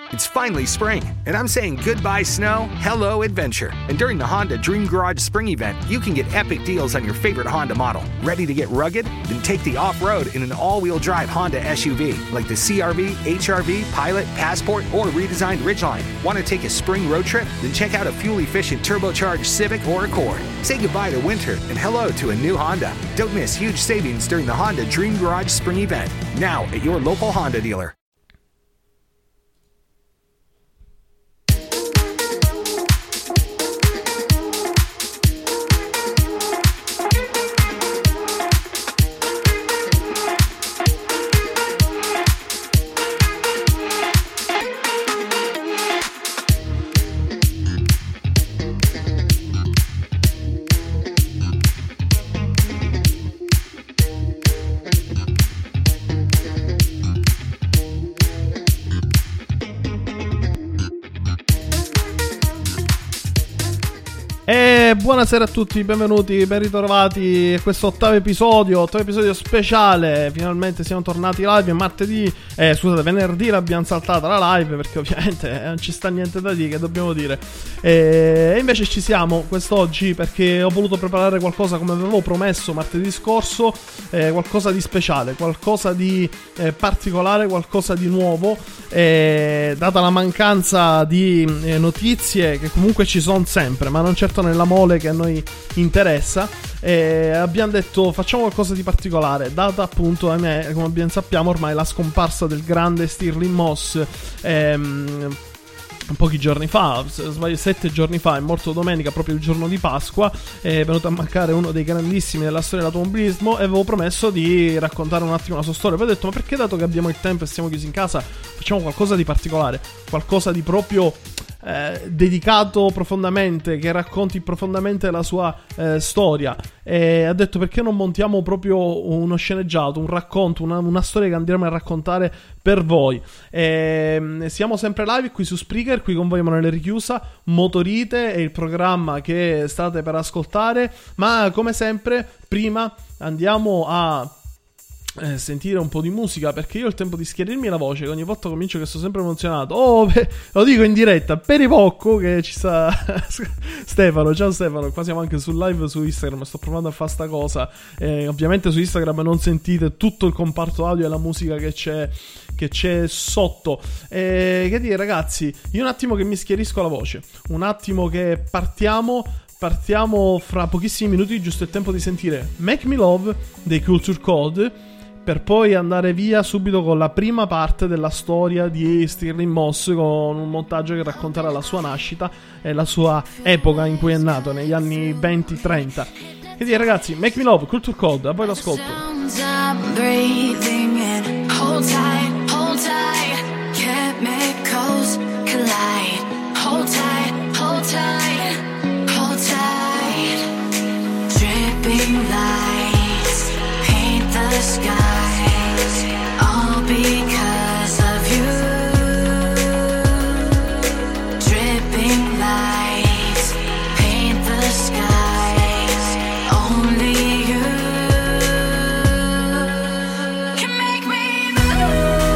It's finally spring, and I'm saying goodbye snow, hello adventure. And during the Honda Dream Garage Spring Event, you can get epic deals on your favorite Honda model. Ready to get rugged? Then take the off-road in an all-wheel drive Honda SUV, like the CR-V, HR-V, Pilot, Passport, or redesigned Ridgeline. Want to take a spring road trip? Then check out a fuel-efficient turbocharged Civic or Accord. Say goodbye to winter and hello to a new Honda. Don't miss huge savings during the Honda Dream Garage Spring Event, now at your local Honda dealer. Buonasera a tutti, benvenuti, ben ritrovati a questo ottavo episodio speciale. Finalmente siamo tornati live. Martedì, venerdì l'abbiamo saltata la live perché ovviamente non ci sta niente da dire, che dobbiamo dire. E invece ci siamo quest'oggi perché ho voluto preparare qualcosa, come avevo promesso martedì scorso, qualcosa di speciale, qualcosa di particolare, qualcosa di nuovo, data la mancanza di notizie che comunque ci sono sempre, ma non certo nella mole che a noi interessa. Abbiamo detto facciamo qualcosa di particolare, data appunto, come ben sappiamo ormai, la scomparsa del grande Stirling Moss. Pochi giorni fa, 7 giorni fa, è morto domenica, proprio il giorno di Pasqua. È venuto a mancare uno dei grandissimi della storia dell'automobilismo e avevo promesso di raccontare un attimo la sua storia. Poi ho detto, ma perché, dato che abbiamo il tempo e siamo chiusi in casa, facciamo qualcosa di particolare, qualcosa di proprio dedicato profondamente, che racconti profondamente la sua storia. E ha detto, perché non montiamo proprio uno sceneggiato, un racconto, una storia che andremo a raccontare per voi. Siamo sempre live qui su Spreaker, qui con voi Emanuele Richiusa. Motorite è il programma che state per ascoltare, ma come sempre prima andiamo a sentire un po' di musica, perché io ho il tempo di schiarirmi la voce, che ogni volta comincio che sto sempre emozionato. Lo dico in diretta per i poco che ci sta Stefano. Ciao Stefano, qua siamo anche sul live su Instagram, sto provando a fare sta cosa. Ovviamente su Instagram non sentite tutto il comparto audio e la musica che c'è sotto. Che dire, ragazzi, io un attimo che mi schiarisco la voce, un attimo che partiamo fra pochissimi minuti, giusto il tempo di sentire Make Me Love dei Culture Code, per poi andare via subito con la prima parte della storia di Stirling Moss, con un montaggio che racconterà la sua nascita e la sua epoca in cui è nato, negli anni 20-30. Che dire, ragazzi, Make Me Love, Culture Code, a voi l'ascolto. Hold tight, hold tight, chemicals collide. Hold tight, hold tight, hold tight. Dripping lights paint the skies, all because of you. Dripping lights paint the skies, only you can make me move.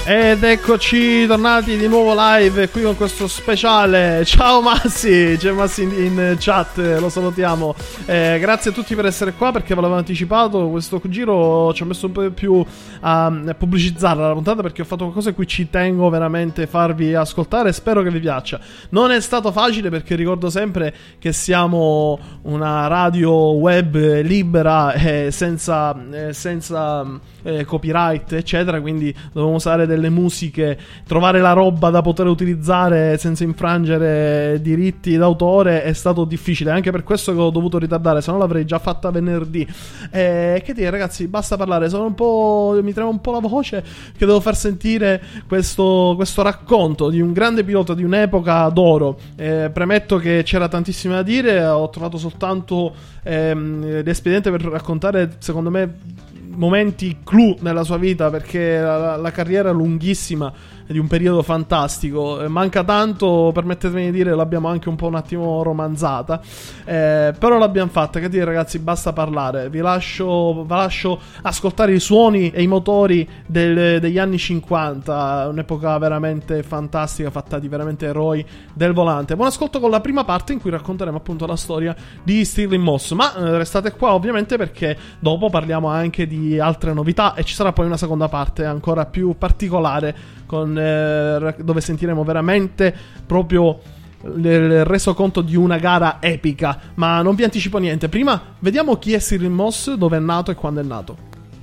Ed eccoci tornati di nuovo live qui con questo speciale. Ciao Massi, c'è Massi in chat, lo salutiamo. Grazie a tutti per essere qua, perché ve l'avevo anticipato. Questo giro ci ho messo un po' di più a pubblicizzare la puntata, perché ho fatto qualcosa a cui ci tengo veramente farvi ascoltare. Spero che vi piaccia. Non è stato facile, perché ricordo sempre che siamo una radio web libera, senza copyright eccetera, quindi dovevamo usare delle musiche, trovare la roba da poter utilizzare senza infrangere diritti d'autore è stato difficile, anche per questo che ho dovuto ritardare, se no l'avrei già fatta venerdì. Che dire ragazzi, basta parlare, mi trema un po' la voce, che devo far sentire questo racconto di un grande pilota di un'epoca d'oro. Premetto che c'era tantissimo da dire, ho trovato soltanto l'espediente per raccontare, secondo me, momenti clou nella sua vita, perché la carriera è lunghissima, di un periodo fantastico. Manca tanto, permettetemi di dire, l'abbiamo anche un po' un attimo romanzata, però l'abbiamo fatta. Che dire ragazzi, basta parlare, vi lascio ascoltare i suoni e i motori degli anni 50, un'epoca veramente fantastica, fatta di veramente eroi del volante. Buon ascolto con la prima parte, in cui racconteremo appunto la storia di Stirling Moss, ma restate qua ovviamente, perché dopo parliamo anche di altre novità e ci sarà poi una seconda parte ancora più particolare, dove sentiremo veramente proprio il resoconto di una gara epica. Ma non vi anticipo niente, prima vediamo chi è Stirling Moss, dove è nato e quando è nato.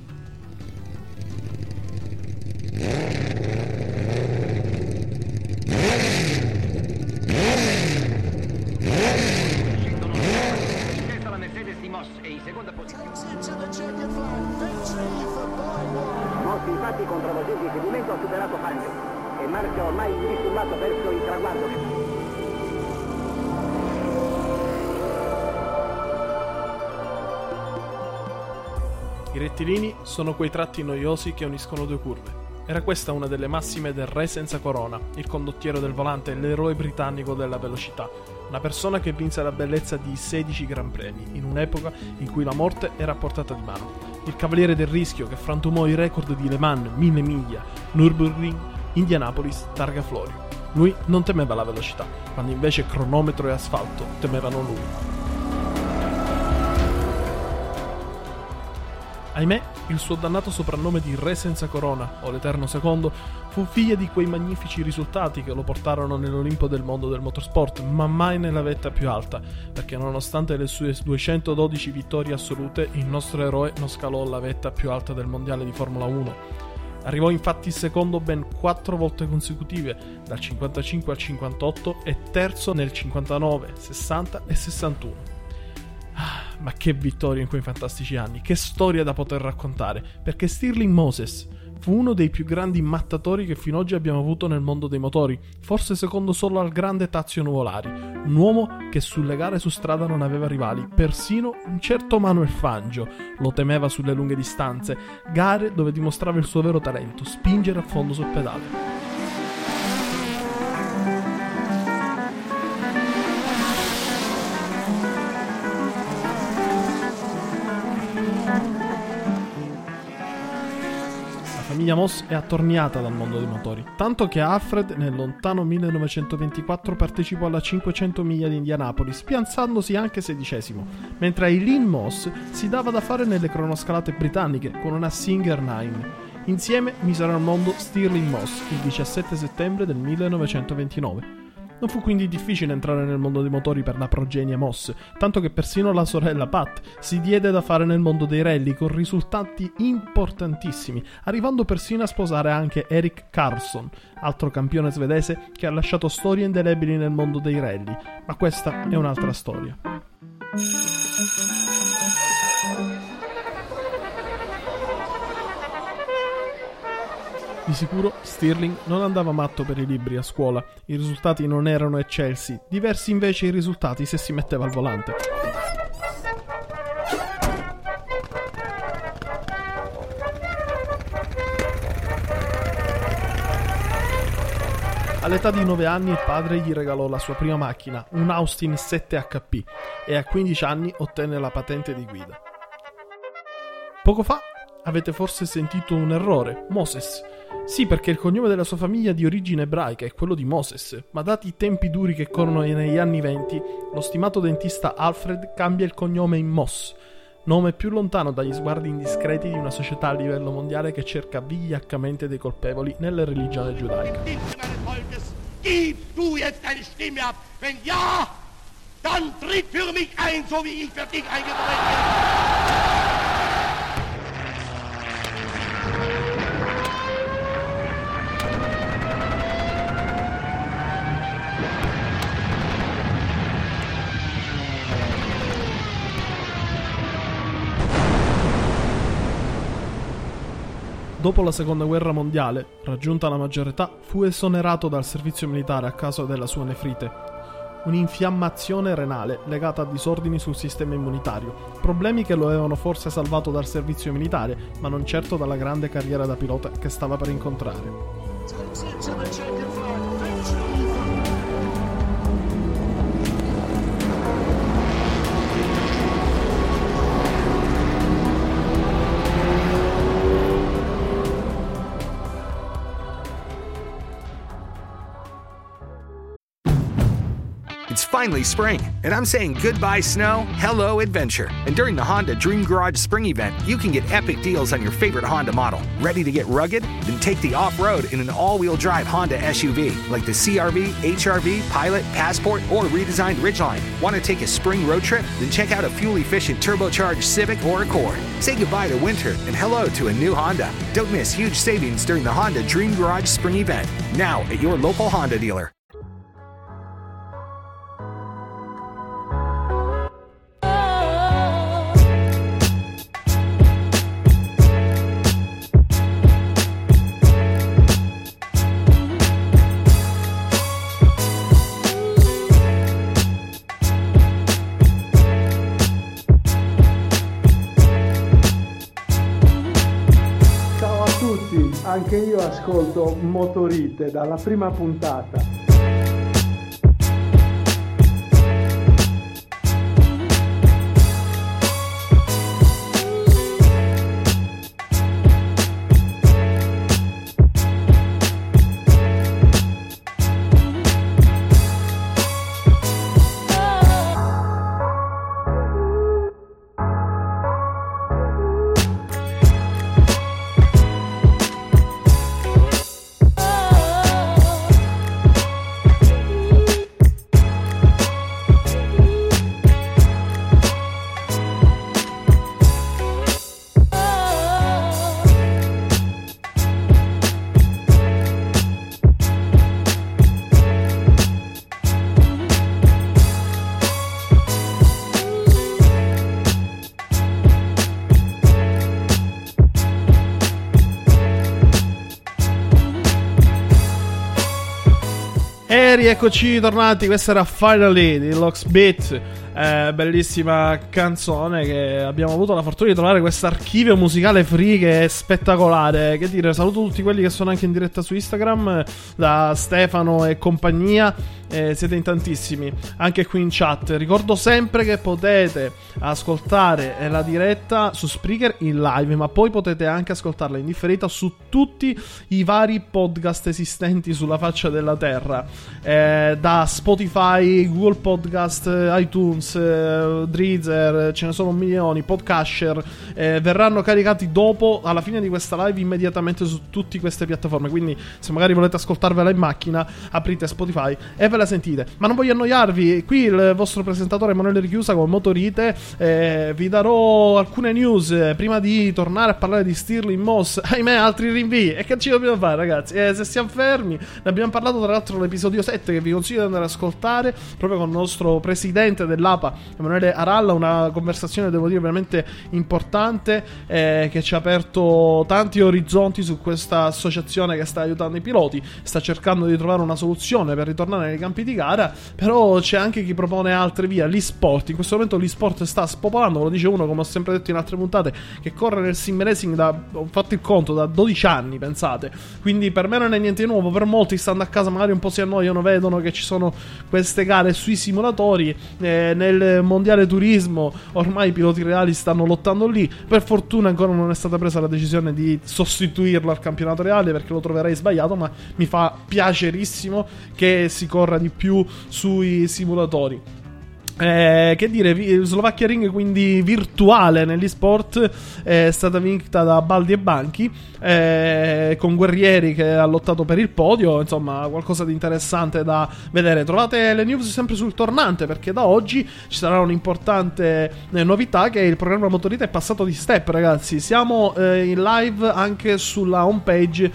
La Mercedes di Moss è in seconda posizione. Moss infatti con travolgente inseguimento ha superato Fangio e marcia ormai indisturbato verso il traguardo. I rettilini sono quei tratti noiosi che uniscono due curve. Era questa una delle massime del re senza corona, il condottiero del volante e l'eroe britannico della velocità. Una persona che vinse la bellezza di 16 Gran Premi, in un'epoca in cui la morte era a portata di mano. Il cavaliere del rischio che frantumò i record di Le Mans, 1000 miglia, Nürburgring, Indianapolis, Targa Florio. Lui non temeva la velocità, quando invece cronometro e asfalto temevano lui. Ahimè, il suo dannato soprannome di re senza corona, o l'eterno secondo, fu figlia di quei magnifici risultati che lo portarono nell'Olimpo del mondo del motorsport, ma mai nella vetta più alta, perché nonostante le sue 212 vittorie assolute, il nostro eroe non scalò la vetta più alta del mondiale di Formula 1. Arrivò infatti secondo ben 4 volte consecutive, dal 55 al 58, e terzo nel 59, 60 e 61. Ma che vittoria in quei fantastici anni, che storia da poter raccontare, perché Stirling Moss fu uno dei più grandi mattatori che fino ad oggi abbiamo avuto nel mondo dei motori, forse secondo solo al grande Tazio Nuvolari, un uomo che sulle gare su strada non aveva rivali, persino un certo Manuel Fangio lo temeva sulle lunghe distanze, gare dove dimostrava il suo vero talento, spingere a fondo sul pedale. La famiglia Moss è attorniata dal mondo dei motori, tanto che Alfred nel lontano 1924 partecipò alla 500 miglia di Indianapolis, piazzandosi anche 16°, mentre Eileen Moss si dava da fare nelle cronoscalate britanniche con una Singer 9. Insieme misero al mondo Stirling Moss il 17 settembre del 1929. Non fu quindi difficile entrare nel mondo dei motori per la progenie Moss, tanto che persino la sorella Pat si diede da fare nel mondo dei rally con risultati importantissimi, arrivando persino a sposare anche Erik Karlsson, altro campione svedese che ha lasciato storie indelebili nel mondo dei rally, ma questa è un'altra storia. Di sicuro Stirling non andava matto per i libri a scuola, i risultati non erano eccelsi, diversi invece i risultati se si metteva al volante. All'età di 9 anni il padre gli regalò la sua prima macchina, un Austin 7HP, e a 15 anni ottenne la patente di guida. Poco fa avete forse sentito un errore, Moses. Sì, perché il cognome della sua famiglia di origine ebraica è quello di Moses, ma dati i tempi duri che corrono negli anni 20, lo stimato dentista Alfred cambia il cognome in Moss, nome più lontano dagli sguardi indiscreti di una società a livello mondiale che cerca vigliaccamente dei colpevoli nella religione giudaica. Gib du jetzt deine Stimme ab. Wenn ja, dann tritt für mich ein, so wie ich für dich eingetreten bin. Dopo la seconda guerra mondiale, raggiunta la maggiore età, fu esonerato dal servizio militare a causa della sua nefrite, un'infiammazione renale legata a disordini sul sistema immunitario, problemi che lo avevano forse salvato dal servizio militare, ma non certo dalla grande carriera da pilota che stava per incontrare. It's finally spring, and I'm saying goodbye snow, hello adventure. And during the Honda Dream Garage Spring Event, you can get epic deals on your favorite Honda model. Ready to get rugged? Then take the off-road in an all-wheel drive Honda SUV, like the CR-V, HR-V, Pilot, Passport, or redesigned Ridgeline. Want to take a spring road trip? Then check out a fuel-efficient turbocharged Civic or Accord. Say goodbye to winter and hello to a new Honda. Don't miss huge savings during the Honda Dream Garage Spring Event, now at your local Honda dealer. Anche io ascolto Motorite dalla prima puntata. Eccoci tornati, questa era Finally di Lox Beat, bellissima canzone che abbiamo avuto la fortuna di trovare, questo archivio musicale free che è spettacolare. Che dire, saluto tutti quelli che sono anche in diretta su Instagram, da Stefano e compagnia, siete in tantissimi, anche qui in chat. Ricordo sempre che potete ascoltare la diretta su Spreaker in live, ma poi potete anche ascoltarla in differita su tutti i vari podcast esistenti sulla faccia della terra, da Spotify, Google Podcast, iTunes, Deezer, ce ne sono milioni, Podcatcher, verranno caricati dopo, alla fine di questa live, immediatamente su tutte queste piattaforme. Quindi se magari volete ascoltarvela in macchina, aprite Spotify e ve la sentite. Ma non voglio annoiarvi, qui il vostro presentatore Emanuele Richiusa con Motorite, vi darò alcune news prima di tornare a parlare di Stirling Moss. Ahimè, altri rinvii, e che ci dobbiamo fare, ragazzi? Se siamo fermi, ne abbiamo parlato tra l'altro nell'episodio 7, che vi consiglio di andare ad ascoltare, proprio con il nostro presidente dell'APA Emanuele Aralla, una conversazione, devo dire, veramente importante, che ci ha aperto tanti orizzonti su questa associazione che sta aiutando i piloti, sta cercando di trovare una soluzione per ritornare nei campi campi di gara, però c'è anche chi propone altre vie, l'e-sport. In questo momento l'e-sport sta spopolando, ve lo dice uno, come ho sempre detto in altre puntate, che corre nel sim racing ho fatto il conto, da 12 anni, pensate. Quindi per me non è niente di nuovo, per molti stando a casa magari un po' si annoiano, vedono che ci sono queste gare sui simulatori. Nel mondiale turismo ormai i piloti reali stanno lottando lì. Per fortuna ancora non è stata presa la decisione di sostituirlo al campionato reale, perché lo troverei sbagliato, ma mi fa piacerissimo che si corra di più sui simulatori. Che dire, Slovacchia Ring quindi virtuale nell'esport, è stata vinta da Baldi e Banchi, con Guerrieri che ha lottato per il podio. Insomma, qualcosa di interessante da vedere. Trovate le news sempre sul tornante, perché da oggi ci sarà un'importante novità, che il programma Motorita è passato di step, ragazzi. Siamo in live anche sulla homepage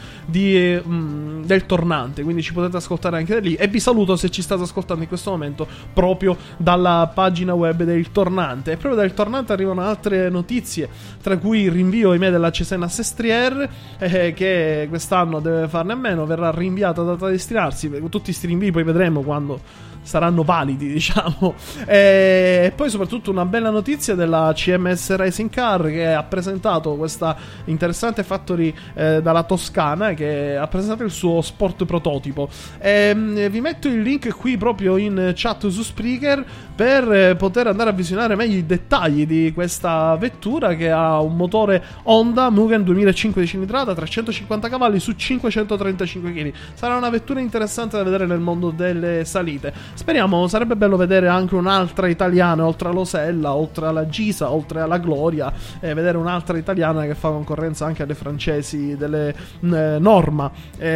del tornante, quindi ci potete ascoltare anche da lì, e vi saluto se ci state ascoltando in questo momento proprio dalla pagina web del tornante. E proprio dal tornante arrivano altre notizie, tra cui il rinvio ahimè della Cesena Sestriere, che quest'anno deve farne a meno, verrà rinviata data da destinarsi. Tutti questi rinvii poi vedremo quando saranno validi, diciamo. E poi soprattutto una bella notizia della CMS Racing Car, che ha presentato questa interessante factory dalla Toscana, che ha presentato il suo sport prototipo. Vi metto il link qui proprio in chat su Spreaker per poter andare a visionare meglio i dettagli di questa vettura, che ha un motore Honda Mugen 2005 di cilindrata, 350 cavalli su 535 kg. Sarà una vettura interessante da vedere nel mondo delle salite. Speriamo, sarebbe bello vedere anche un'altra italiana, oltre all'Osella, oltre alla Gisa, oltre alla Gloria, vedere un'altra italiana che fa concorrenza anche alle francesi delle Norma.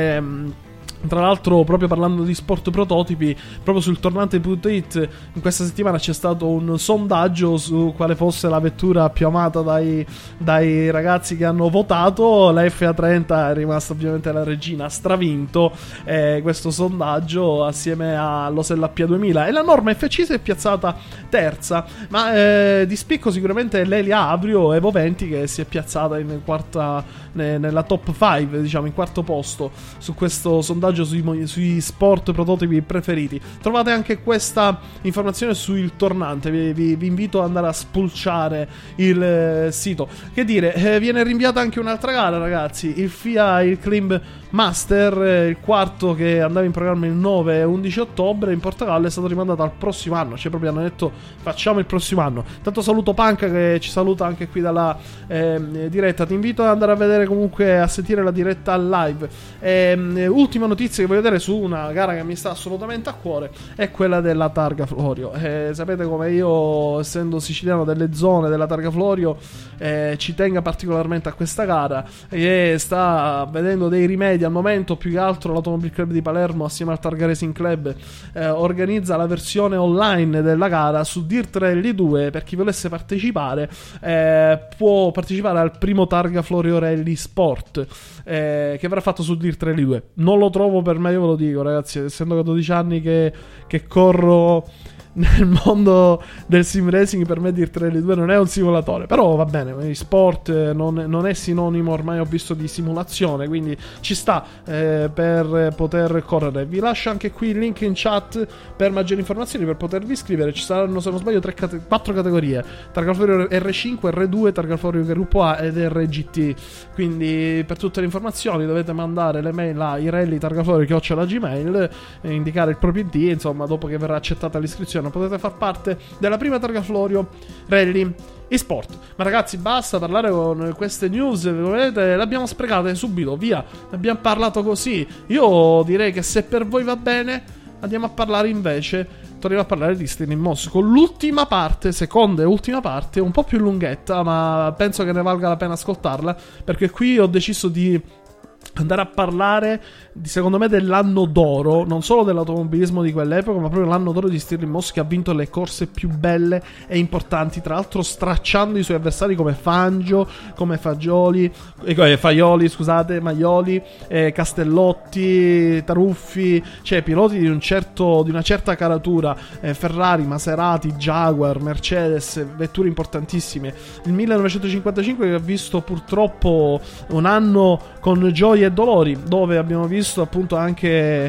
Tra l'altro, proprio parlando di sport prototipi, proprio sul tornante.it in questa settimana c'è stato un sondaggio su quale fosse la vettura più amata dai ragazzi che hanno votato. La FA30 è rimasta ovviamente la regina, ha stravinto questo sondaggio assieme all'Osella P2000, e la Norma FC si è piazzata terza, ma di spicco sicuramente l'Elia Avrio Evo 20, che si è piazzata in quarta, nella top 5, diciamo in quarto posto su questo sondaggio sui sport prototipi preferiti. Trovate anche questa informazione sul tornante, vi invito ad andare a spulciare il sito. Che dire, viene rinviata anche un'altra gara, ragazzi, il FIA il Climb Master, il quarto, che andava in programma il 9 e 11 ottobre in Portogallo, è stato rimandato al prossimo anno. Cioè proprio hanno detto facciamo il prossimo anno. Tanto saluto Panca, che ci saluta anche qui dalla diretta. Ti invito ad andare a vedere, comunque a sentire la diretta live. Ultima notizia che voglio vedere su una gara che mi sta assolutamente a cuore è quella della Targa Florio. Sapete come io, essendo siciliano delle zone della Targa Florio, ci tenga particolarmente a questa gara, e sta vedendo dei rimedi al momento. Più che altro l'Automobile Club di Palermo assieme al Targa Racing Club organizza la versione online della gara su Dirt Rally 2. Per chi volesse partecipare, può partecipare al primo Targa Florio Rally Sport, che verrà fatto su Dirt Rally 2. Non lo trovo per me, io ve lo dico, ragazzi, essendo che 12 anni che corro nel mondo del sim racing, per me Dirt Rally 2 non è un simulatore, però va bene, sport non è sinonimo, ormai ho visto, di simulazione, quindi ci sta per poter correre. Vi lascio anche qui il link in chat per maggiori informazioni, per potervi iscrivere. Ci saranno, se non sbaglio, 4 categorie: Targa Florio R5, R2, Targa Florio Gruppo A ed RGT. Quindi per tutte le informazioni dovete mandare le mail a irelli@targaflorio@gmail, indicare il proprio ID, insomma, dopo che verrà accettata l'iscrizione potete far parte della prima Targa Florio Rally eSport. Ma ragazzi, basta parlare con queste news, vedete, le abbiamo sprecate subito, via, ne abbiamo parlato così. Io direi che, se per voi va bene, andiamo a parlare invece, torniamo a parlare di Stirling Moss con l'ultima parte, seconda e ultima parte, un po' più lunghetta, ma penso che ne valga la pena ascoltarla, perché qui ho deciso di andare a parlare secondo me dell'anno d'oro, non solo dell'automobilismo di quell'epoca, ma proprio l'anno d'oro di Stirling Moss, che ha vinto le corse più belle e importanti, tra l'altro stracciando i suoi avversari come Fangio, come Faioli, Maioli, Castellotti, Taruffi, cioè piloti di una certa caratura, Ferrari, Maserati, Jaguar, Mercedes, vetture importantissime. Il 1955 che ha visto purtroppo un anno con gioie e dolori, dove abbiamo visto appunto anche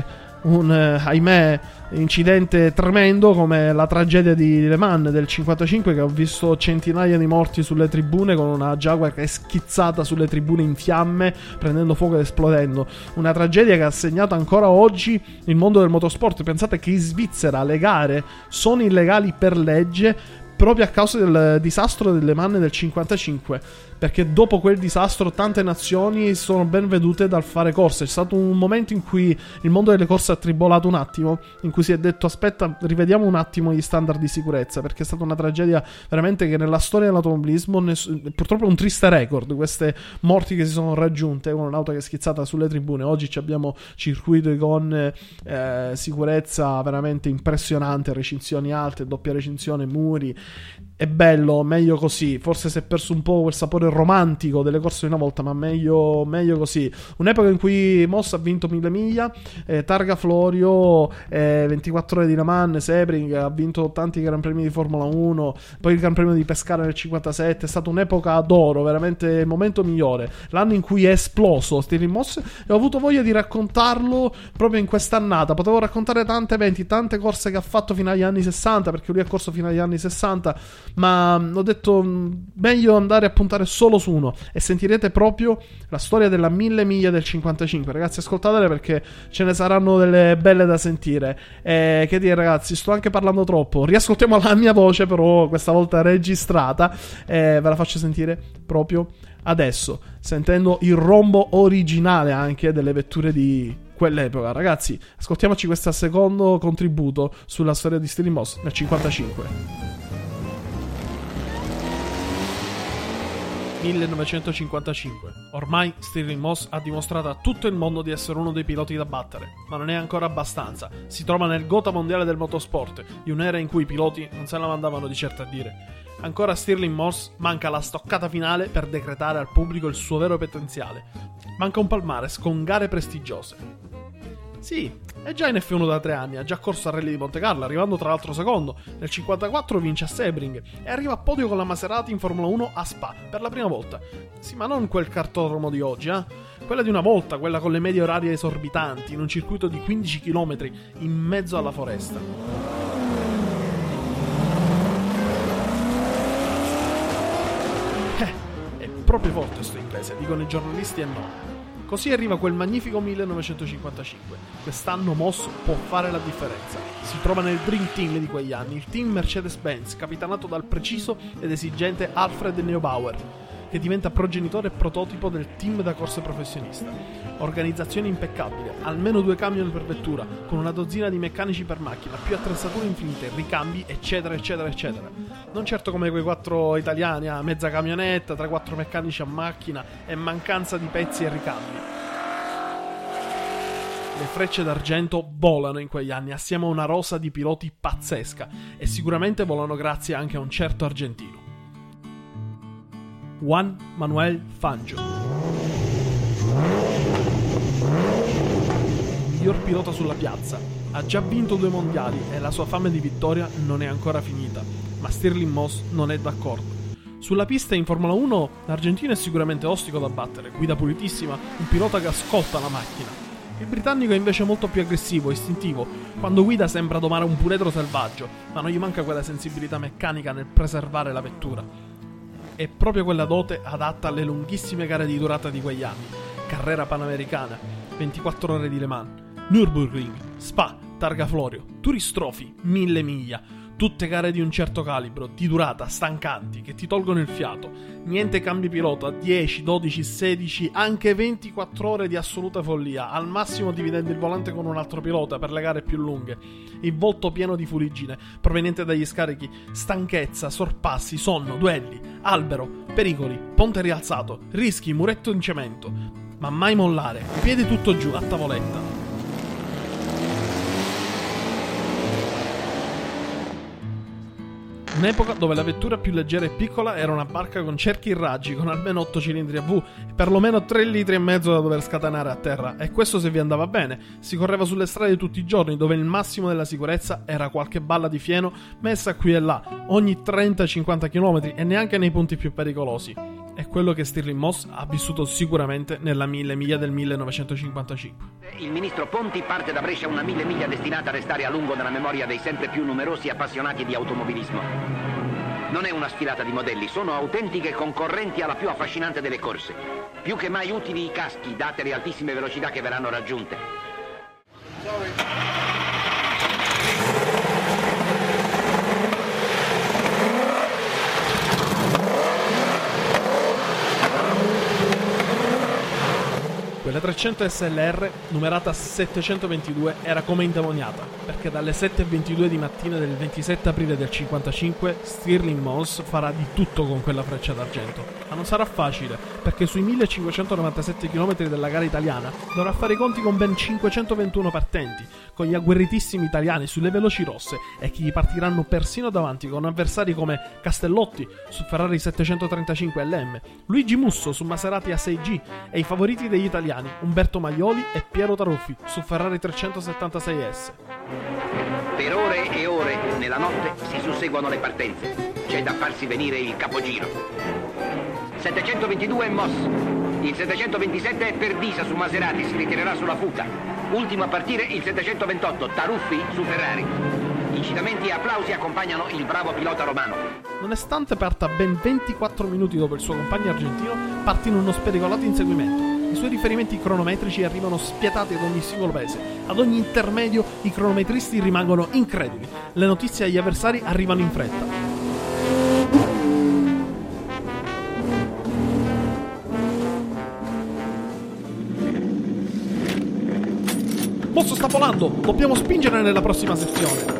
un ahimè incidente tremendo come la tragedia di Le Mans del 55, che ho visto centinaia di morti sulle tribune, con una Jaguar che è schizzata sulle tribune in fiamme, prendendo fuoco ed esplodendo. Una tragedia che ha segnato ancora oggi il mondo del motorsport. Pensate che in Svizzera le gare sono illegali per legge proprio a causa del disastro delle Mans del 55, perché dopo quel disastro tante nazioni sono ben vedute dal fare corse. C'è stato un momento in cui il mondo delle corse ha tribolato un attimo, in cui si è detto aspetta, rivediamo un attimo gli standard di sicurezza, perché è stata una tragedia veramente che nella storia dell'automobilismo purtroppo è un triste record, queste morti che si sono raggiunte con un'auto che è schizzata sulle tribune. Oggi abbiamo circuiti con sicurezza veramente impressionante, recinzioni alte, doppia recinzione, muri. È bello, meglio così. Forse si è perso un po' quel sapore romantico delle corse di una volta, ma meglio così. Un'epoca in cui Moss ha vinto 1000 miglia, Targa Florio, 24 ore di Le Mans, Sebring ha vinto tanti Gran Premi di Formula 1, poi il Gran Premio di Pescara nel 57. È stata un'epoca d'oro, veramente il momento migliore, l'anno in cui è esploso Stirling Moss, e ho avuto voglia di raccontarlo proprio in quest'annata. Potevo raccontare tanti eventi, tante corse che ha fatto fino agli anni 60, perché lui ha corso fino agli anni 60, ma ho detto meglio andare a puntare solo su uno, e sentirete proprio la storia della 1000 miglia del 55. Ragazzi, ascoltatele perché ce ne saranno delle belle da sentire. Che dire, ragazzi, sto anche parlando troppo. Riascoltiamo la mia voce, però questa volta registrata, ve la faccio sentire proprio adesso, sentendo il rombo originale anche delle vetture di quell'epoca. Ragazzi, ascoltiamoci questo secondo contributo sulla storia di Stirling Moss nel 55. 1955. Ormai Stirling Moss ha dimostrato a tutto il mondo di essere uno dei piloti da battere, ma non è ancora abbastanza. Si trova nel gota mondiale del motorsport, di un'era in cui i piloti non se la mandavano di certo a dire. Ancora a Stirling Moss manca la stoccata finale per decretare al pubblico il suo vero potenziale. Manca un palmares con gare prestigiose. Sì, è già in F1 da 3 anni, ha già corso a Rally di Monte Carlo, arrivando tra l'altro secondo. Nel 54 vince a Sebring e arriva a podio con la Maserati in Formula 1 a Spa, per la prima volta. Sì, ma non quel cartodromo di oggi, quella di una volta, quella con le medie orarie esorbitanti, in un circuito di 15 km in mezzo alla foresta. È proprio forte sto inglese, dicono i giornalisti e no. Così arriva quel magnifico 1955. Quest'anno Moss può fare la differenza. Si trova nel Dream Team di quegli anni, il team Mercedes-Benz, capitanato dal preciso ed esigente Alfred Neubauer, che diventa progenitore e prototipo del team da corse professionista. Organizzazione impeccabile, almeno 2 camion per vettura, con una dozzina di meccanici per macchina, più attrezzature infinite, ricambi, eccetera, eccetera, eccetera. Non certo come quei 4 italiani, mezza camionetta, 3-4 meccanici a macchina e mancanza di pezzi e ricambi. Le frecce d'argento volano in quegli anni assieme a una rosa di piloti pazzesca, e sicuramente volano grazie anche a un certo argentino, Juan Manuel Fangio, il miglior pilota sulla piazza. Ha già vinto 2 mondiali e la sua fame di vittoria non è ancora finita, ma Stirling Moss non è d'accordo. Sulla pista in Formula 1 l'argentino è sicuramente ostico da battere, guida pulitissima, un pilota che ascolta la macchina. Il britannico è invece molto più aggressivo, istintivo. Quando guida sembra domare un puledro selvaggio, ma non gli manca quella sensibilità meccanica nel preservare la vettura. È proprio quella dote adatta alle lunghissime gare di durata di quegli anni. Carrera panamericana, 24 ore di Le Mans, Nürburgring, Spa, Targa Florio, Tourist Trophy, 1000 miglia. Tutte gare di un certo calibro, di durata, stancanti, che ti tolgono il fiato. Niente cambi pilota, 10, 12, 16, anche 24 ore di assoluta follia, al massimo dividendo il volante con un altro pilota per le gare più lunghe. Il volto pieno di fuliggine, proveniente dagli scarichi, stanchezza, sorpassi, sonno, duelli, albero, pericoli, ponte rialzato, rischi, muretto in cemento. Ma mai mollare, piedi tutto giù, a tavoletta. Un'epoca dove la vettura più leggera e piccola era una barca con cerchi in raggi, con almeno 8 cilindri a V e perlomeno 3 litri e mezzo da dover scatenare a terra, e questo se vi andava bene. Si correva sulle strade tutti i giorni, dove il massimo della sicurezza era qualche balla di fieno messa qui e là, ogni 30-50 km, e neanche nei punti più pericolosi. È quello che Stirling Moss ha vissuto sicuramente nella 1000 miglia del 1955. Il ministro Ponti parte da Brescia una 1000 miglia destinata a restare a lungo nella memoria dei sempre più numerosi appassionati di automobilismo. Non è una sfilata di modelli, sono autentiche concorrenti alla più affascinante delle corse. Più che mai utili i caschi, date le altissime velocità che verranno raggiunte. Quella 300 SLR, numerata 722, era come indemoniata, perché dalle 7:22 di mattina del 27 aprile del 55 Stirling Moss farà di tutto con quella Freccia d'argento. Ma non sarà facile, perché sui 1597 km della gara italiana dovrà fare i conti con ben 521 partenti, con gli agguerritissimi italiani sulle veloci rosse e che gli partiranno persino davanti con avversari come Castellotti su Ferrari 735 LM, Luigi Musso su Maserati A6G e i favoriti degli italiani Umberto Maglioli e Piero Taruffi su Ferrari 376S. Per ore e ore nella notte si susseguono le partenze. C'è da farsi venire il capogiro. 722 è Moss. Il 727 è Perdisa su Maserati, si ritirerà sulla Fuca. Ultimo a partire il 728, Taruffi su Ferrari. Incitamenti e applausi accompagnano il bravo pilota romano. Nonostante parta ben 24 minuti dopo il suo compagno argentino, parte in uno spericolato inseguimento. I suoi riferimenti cronometrici arrivano spietati ad ogni singolo paese. Ad ogni intermedio i cronometristi rimangono increduli. Le notizie agli avversari arrivano in fretta. Mosso sta volando! Dobbiamo spingere nella prossima sezione!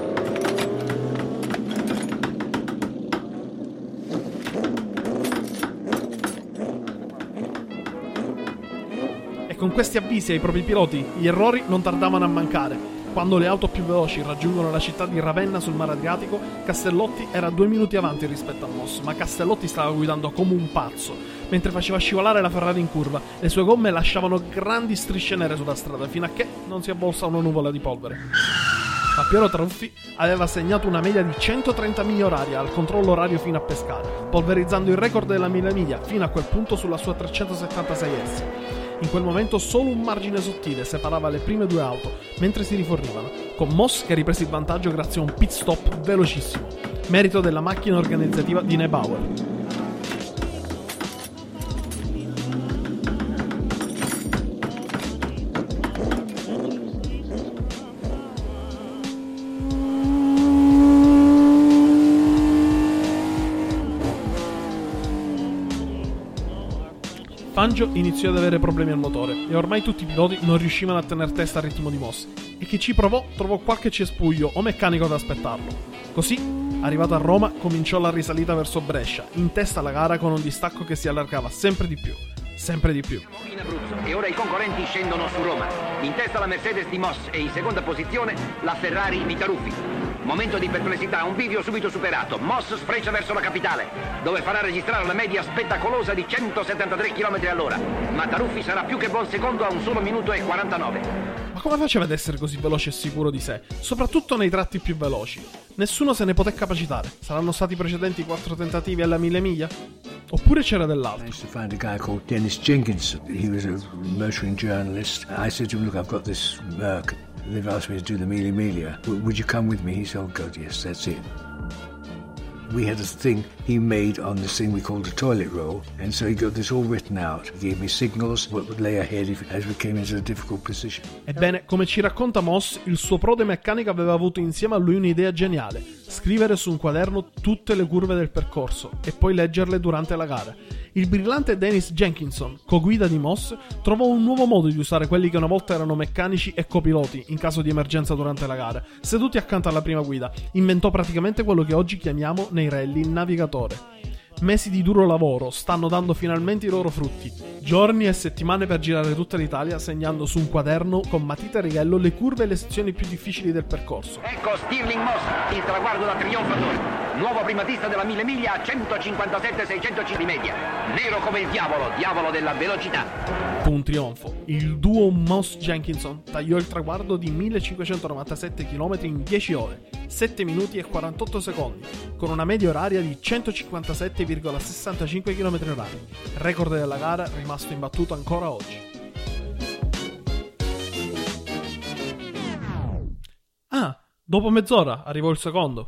Con questi avvisi ai propri piloti, gli errori non tardavano a mancare. Quando le auto più veloci raggiungono la città di Ravenna sul mare Adriatico, Castellotti era 2 minuti avanti rispetto a Moss, ma Castellotti stava guidando come un pazzo. Mentre faceva scivolare la Ferrari in curva, le sue gomme lasciavano grandi strisce nere sulla strada, fino a che non si avvolsa una nuvola di polvere. Ma Piero Taruffi aveva segnato una media di 130 miglia oraria al controllo orario fino a Pescara, polverizzando il record della 1000 miglia fino a quel punto sulla sua 376S. In quel momento solo un margine sottile separava le prime due auto mentre si rifornivano, con Moss che riprese il vantaggio grazie a un pit stop velocissimo, merito della macchina organizzativa di Neubauer. Fangio iniziò ad avere problemi al motore e ormai tutti i piloti non riuscivano a tener testa al ritmo di Moss, e chi ci provò trovò qualche cespuglio o meccanico ad aspettarlo. Così, arrivato a Roma, cominciò la risalita verso Brescia, in testa alla gara con un distacco che si allargava sempre di più. Sempre di più. In Abruzzo, e ora i concorrenti scendono su Roma. In testa la Mercedes di Moss e in seconda posizione la Ferrari di Taruffi. Momento di perplessità, un bivio subito superato. Moss sfreccia verso la capitale, dove farà registrare la media spettacolosa di 173 km all'ora. Ma Taruffi sarà più che buon secondo a 1 minuto e 49. Ma come faceva ad essere così veloce e sicuro di sé, soprattutto nei tratti più veloci? Nessuno se ne poté capacitare. Saranno stati precedenti 4 tentativi alla 1000 miglia? Oppure c'era dell'altro? I managed to find a guy called Dennis Jenkinson. He was a motoring journalist. I said to him, look, I've got this Merc. They've asked me to do the Mille Miglia. Would you come with me? He said, oh God, yes, that's it. We had a thing he made on this thing we called a toilet roll, and so he got this all written out. He gave me signals, what would lay ahead as we came into a difficult position. Ebbene, come ci racconta Moss, il suo prode meccanico aveva avuto insieme a lui un'idea geniale: scrivere su un quaderno tutte le curve del percorso e poi leggerle durante la gara. Il brillante Dennis Jenkinson, co-guida di Moss, trovò un nuovo modo di usare quelli che una volta erano meccanici e copiloti in caso di emergenza durante la gara, seduti accanto alla prima guida. Inventò praticamente quello che oggi chiamiamo nei rally il navigatore. Mesi di duro lavoro stanno dando finalmente i loro frutti. Giorni e settimane per girare tutta l'Italia segnando su un quaderno con matita e righello le curve e le sezioni più difficili del percorso. Ecco Stirling Moss, il traguardo da trionfatore. nuovo primatista della 1000 miglia a 157-600 di media. Nero come il diavolo della velocità. Un trionfo. Il duo Moss-Jenkinson tagliò il traguardo di 1597 km in 10 ore, 7 minuti e 48 secondi, con una media oraria di 157,65 km/h. Record della gara rimasto imbattuto ancora oggi. Dopo mezz'ora arrivò il secondo.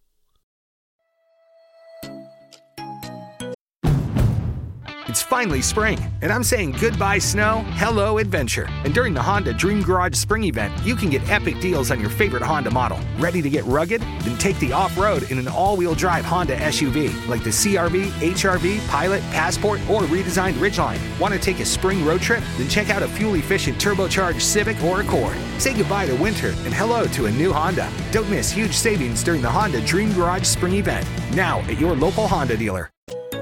It's finally spring, and I'm saying goodbye snow, hello adventure. And during the Honda Dream Garage Spring Event, you can get epic deals on your favorite Honda model. Ready to get rugged? Then take the off-road in an all-wheel drive Honda SUV, like the CR-V, HR-V, Pilot, Passport, or redesigned Ridgeline. Want to take a spring road trip? Then check out a fuel-efficient turbocharged Civic or Accord. Say goodbye to winter and hello to a new Honda. Don't miss huge savings during the Honda Dream Garage Spring Event, now at your local Honda dealer.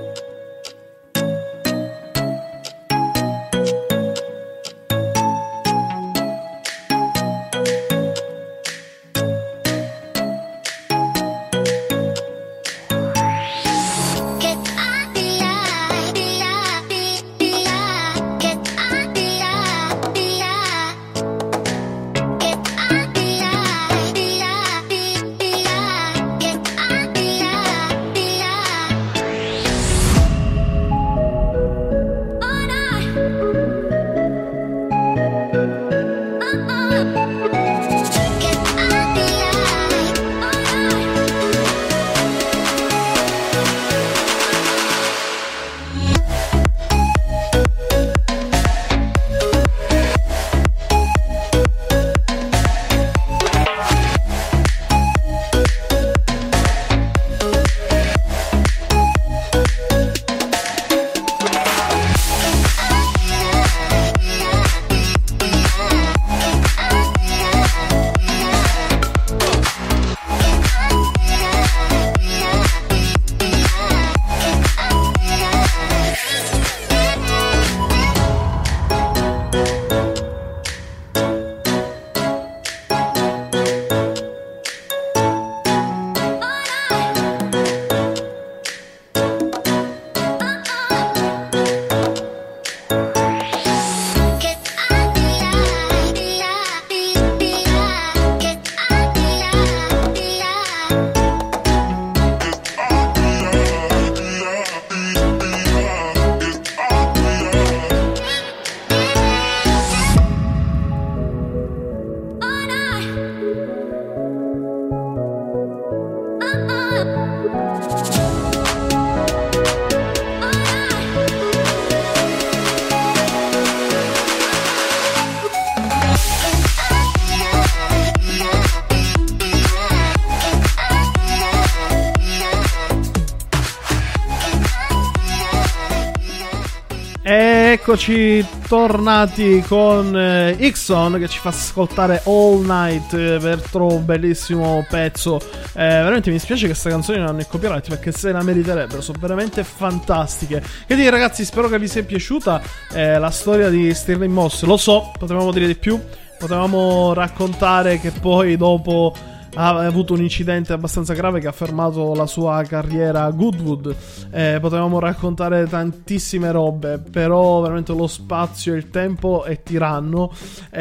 Eccoci tornati con Ixon che ci fa ascoltare All Night per un bellissimo pezzo. Veramente mi spiace che queste canzoni non hanno il copyright, perché se la meriterebbero, sono veramente fantastiche. Che dire, ragazzi, spero che vi sia piaciuta la storia di Stirling Moss. Lo so, potevamo dire di più, potevamo raccontare che poi dopo ha avuto un incidente abbastanza grave che ha fermato la sua carriera a Goodwood. Potevamo raccontare tantissime robe, però veramente lo spazio e il tempo è tiranno.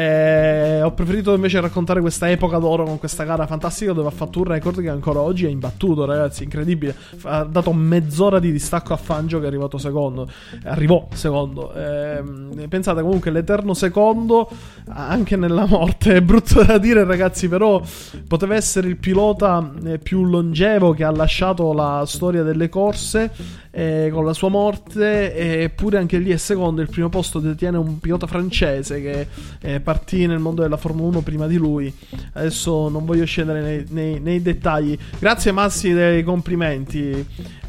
Ho preferito invece raccontare questa epoca d'oro con questa gara fantastica dove ha fatto un record che ancora oggi è imbattuto, ragazzi, incredibile. Ha dato mezz'ora di distacco a Fangio che è arrivato secondo. Arrivò secondo. Pensate, comunque l'eterno secondo anche nella morte, è brutto da dire, ragazzi, però poteva essere il pilota più longevo che ha lasciato la storia delle corse con la sua morte, eppure anche lì è secondo. Il primo posto detiene un pilota francese che partì nel mondo della Formula 1 prima di lui. Adesso non voglio scendere nei dettagli. Grazie Massi dei complimenti,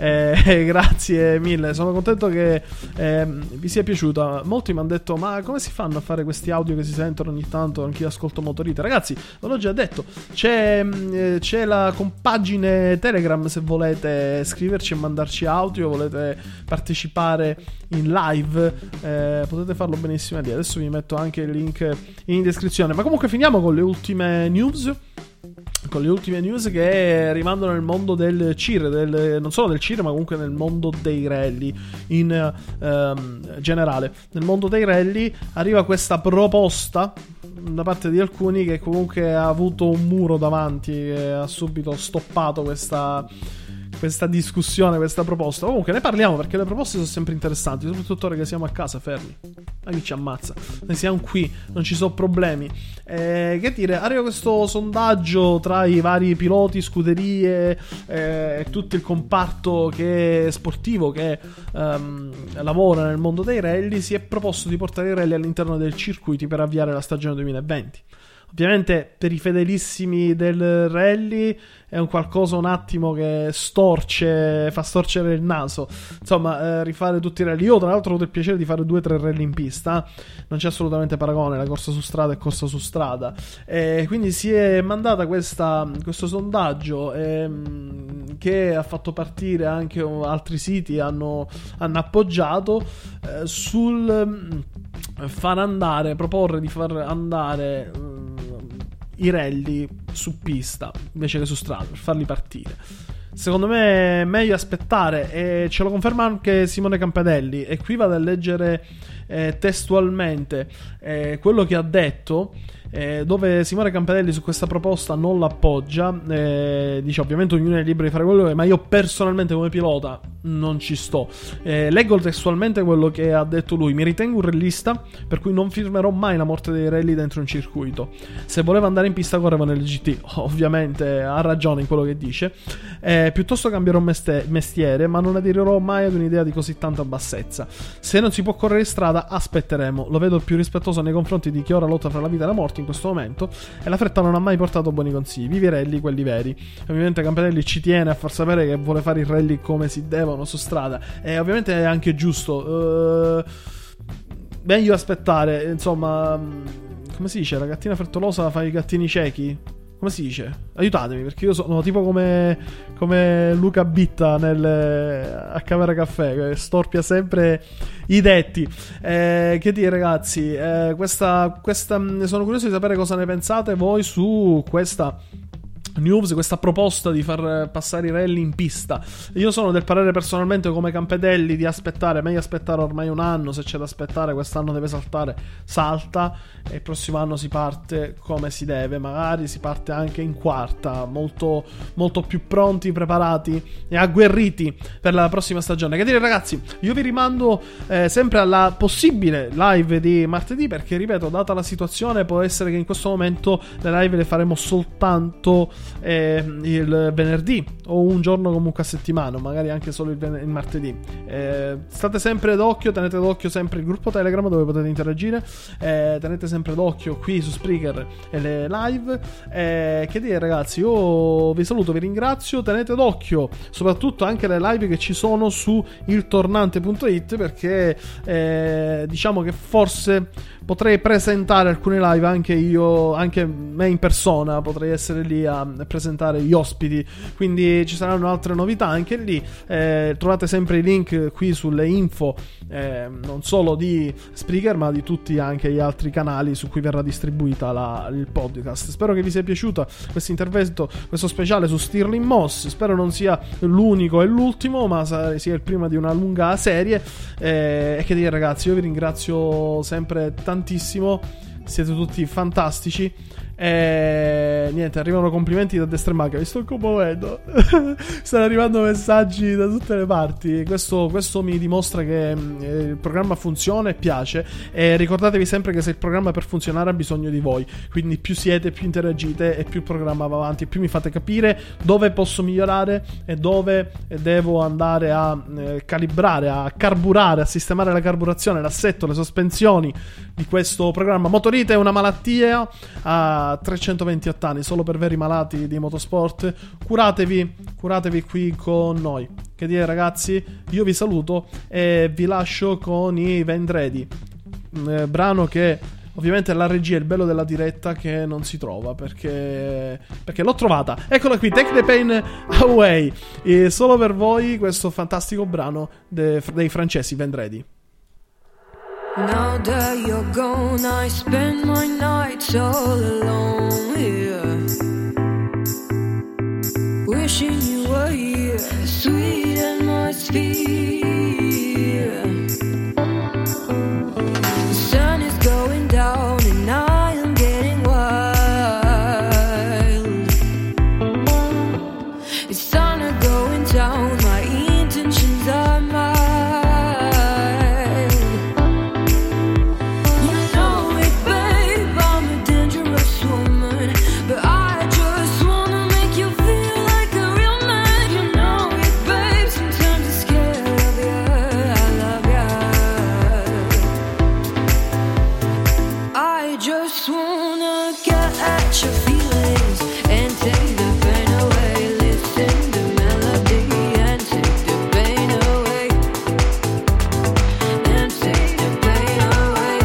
grazie mille, sono contento che vi sia piaciuta. Molti mi hanno detto: ma come si fanno a fare questi audio che si sentono ogni tanto? Anch'io ascolto Motorite. Ragazzi, ve l'ho già detto, c'è la compagine Telegram, se volete scriverci e mandarci audio, volete partecipare in live, potete farlo benissimo lì. Adesso vi metto anche il link in descrizione. Ma comunque finiamo con le ultime news. con le ultime news che rimandano nel mondo del CIR, non solo del CIR ma comunque nel mondo dei rally in generale. Nel mondo dei rally arriva questa proposta da parte di alcuni che comunque ha avuto un muro davanti, che ha subito stoppato questa discussione, questa proposta. Comunque ne parliamo perché le proposte sono sempre interessanti, soprattutto ora che siamo a casa fermi. Ma chi ci ammazza? Noi siamo qui, non ci sono problemi. Che dire, arriva questo sondaggio tra i vari piloti, scuderie e tutto il comparto che è sportivo che lavora nel mondo dei rally. Si è proposto di portare i rally all'interno del circuiti per avviare la stagione 2020. Ovviamente per i fedelissimi del rally è un qualcosa un attimo che fa storcere il naso. Insomma, rifare tutti i rally. Io tra l'altro ho avuto il piacere di fare 2 o 3 rally in pista. Non c'è assolutamente paragone, la corsa su strada è corsa su strada. Quindi si è mandata questo sondaggio che ha fatto partire anche altri siti, hanno appoggiato sul proporre di far andare i rally su pista invece che su strada, per farli partire. Secondo me è meglio aspettare, e ce lo conferma anche Simone Campedelli, e qui vado a leggere testualmente quello che ha detto, dove Simone Campedelli su questa proposta non l'appoggia. Dice ovviamente ognuno è libero di fare quello che, ma io personalmente come pilota non ci sto. Leggo testualmente quello che ha detto lui: mi ritengo un rallista, per cui non firmerò mai la morte dei rally dentro un circuito. Se voleva andare in pista correva nel GT. Ovviamente ha ragione in quello che dice. Piuttosto cambierò mestiere, ma non aderirò mai ad un'idea di così tanta bassezza. Se non si può correre in strada aspetteremo. Lo vedo più rispettoso nei confronti di chi ora lotta fra la vita e la morte in questo momento, e la fretta non ha mai portato buoni consigli. Vivi i rally, quelli veri. Ovviamente Campedelli ci tiene a far sapere che vuole fare i rally come si devono su strada, e ovviamente è anche giusto. Meglio aspettare, insomma. Come si dice? La gattina frettolosa fa i gattini ciechi? Come si dice? Aiutatemi, perché io sono tipo come Luca Bitta a Camera Caffè, che storpia sempre i detti. Che dire, ragazzi, sono curioso di sapere cosa ne pensate voi su questa news, questa proposta di far passare i rally in pista. Io sono del parere personalmente come Campedelli di aspettare, meglio aspettare ormai un anno. Se c'è da aspettare, quest'anno deve salta, e il prossimo anno si parte come si deve, magari si parte anche in quarta, molto, molto più pronti, preparati e agguerriti per la prossima stagione. Che dire, ragazzi, io vi rimando sempre alla possibile live di martedì, perché ripeto, data la situazione può essere che in questo momento le live le faremo soltanto il venerdì o un giorno comunque a settimana, magari anche solo il martedì. State sempre d'occhio, tenete d'occhio sempre il gruppo Telegram dove potete interagire, tenete sempre d'occhio qui su Spreaker e le live. Che dire, ragazzi, io vi saluto, vi ringrazio, tenete d'occhio soprattutto anche le live che ci sono su iltornante.it, perché diciamo che forse potrei presentare alcune live anche io, anche me in persona, potrei essere lì a presentare gli ospiti, quindi ci saranno altre novità anche lì. Trovate sempre i link qui sulle info, non solo di Spreaker ma di tutti anche gli altri canali su cui verrà distribuita il podcast. Spero che vi sia piaciuto questo intervento, questo speciale su Stirling Moss. Spero non sia l'unico e l'ultimo, ma sia il primo di una lunga serie. E che dire, ragazzi, io vi ringrazio sempre tantissimo, siete tutti fantastici. Niente, arrivano complimenti da destra e manca, vi sto commuovendo. Stanno arrivando messaggi da tutte le parti. Questo mi dimostra che il programma funziona e piace. E ricordatevi sempre che se il programma per funzionare ha bisogno di voi, quindi più siete, più interagite e più il programma va avanti, più mi fate capire dove posso migliorare e dove devo andare a calibrare, a carburare, a sistemare la carburazione, l'assetto, le sospensioni di questo programma. Motorite è una malattia a 328 anni, solo per veri malati di motorsport. Curatevi qui con noi. Che dire, ragazzi, io vi saluto e vi lascio con i Vendredi, brano che ovviamente la regia è il bello della diretta che non si trova, perché l'ho trovata. Eccola qui, Take the Pain Away, e solo per voi questo fantastico brano dei francesi Vendredi. Now that you're gone, I spend my nights all alone here. Wishing you were here, sweet atmosphere. The sun is going down and I am getting wild. It's thunder going down, my intentions are mild. You know it, babe, I'm a dangerous woman, but I just wanna make you feel like a real man. You know it, babe, sometimes I'm scared of you, I love you. I just wanna get at your feelings and take the pain away. Listen to melody and take the pain away. And take the pain away.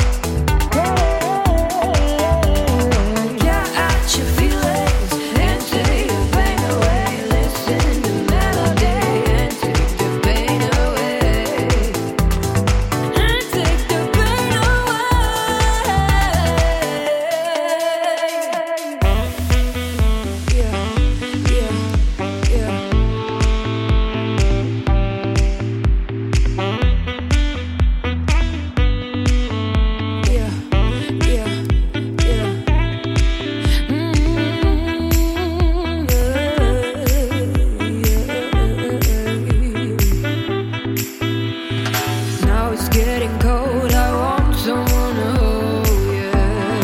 Get at your feelings and take the pain away. Listen to melody and take the pain away. And take the pain away. Yeah, yeah, yeah. Yeah, yeah, yeah. Now it's getting cold, I want someone to hold, yeah.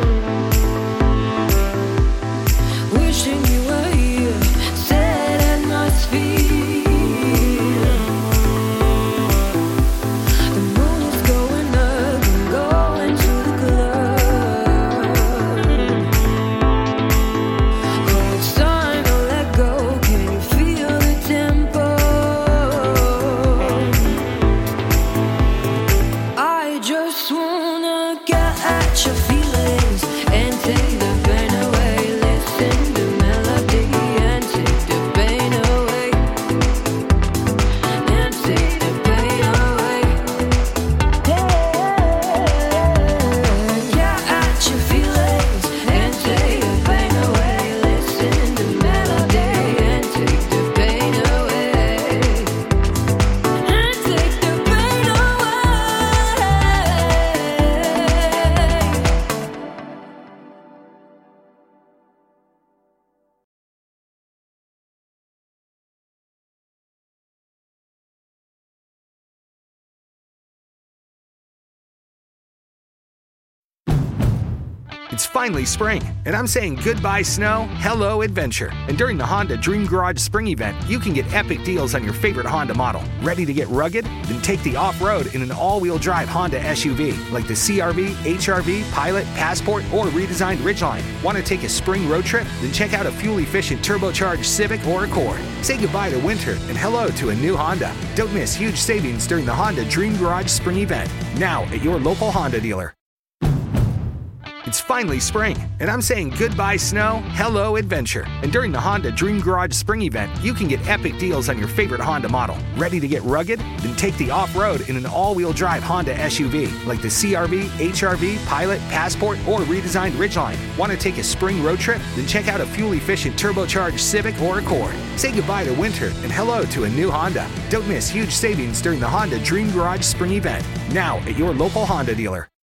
Wishing you were here, sad atmosphere. The moon is going up and going to the club. Oh, it's time to let go, can you feel the tempo? I just wanna get at your feelings and take the pain away. Listen to melody and take the pain away. And take the pain away. Get at your feelings and take the pain away. Listen to melody and take the pain away. And take the pain away. It's finally spring, and I'm saying goodbye snow, hello adventure. And during the Honda Dream Garage Spring Event, you can get epic deals on your favorite Honda model. Ready to get rugged? Then take the off-road in an all-wheel drive Honda SUV like the CR-V, HR-V, Pilot, Passport, or redesigned Ridgeline. Want to take a spring road trip? Then check out a fuel-efficient turbocharged Civic or Accord. Say goodbye to winter and hello to a new Honda. Don't miss huge savings during the Honda Dream Garage Spring Event. Now at your local Honda dealer. It's finally spring, and I'm saying goodbye snow, hello adventure. And during the Honda Dream Garage Spring Event, you can get epic deals on your favorite Honda model. Ready to get rugged? Then take the off-road in an all-wheel drive Honda SUV like the CR-V, HR-V, Pilot, Passport, or redesigned Ridgeline. Want to take a spring road trip? Then check out a fuel-efficient turbocharged Civic or Accord. Say goodbye to winter and hello to a new Honda. Don't miss huge savings during the Honda Dream Garage Spring Event. Now at your local Honda dealer.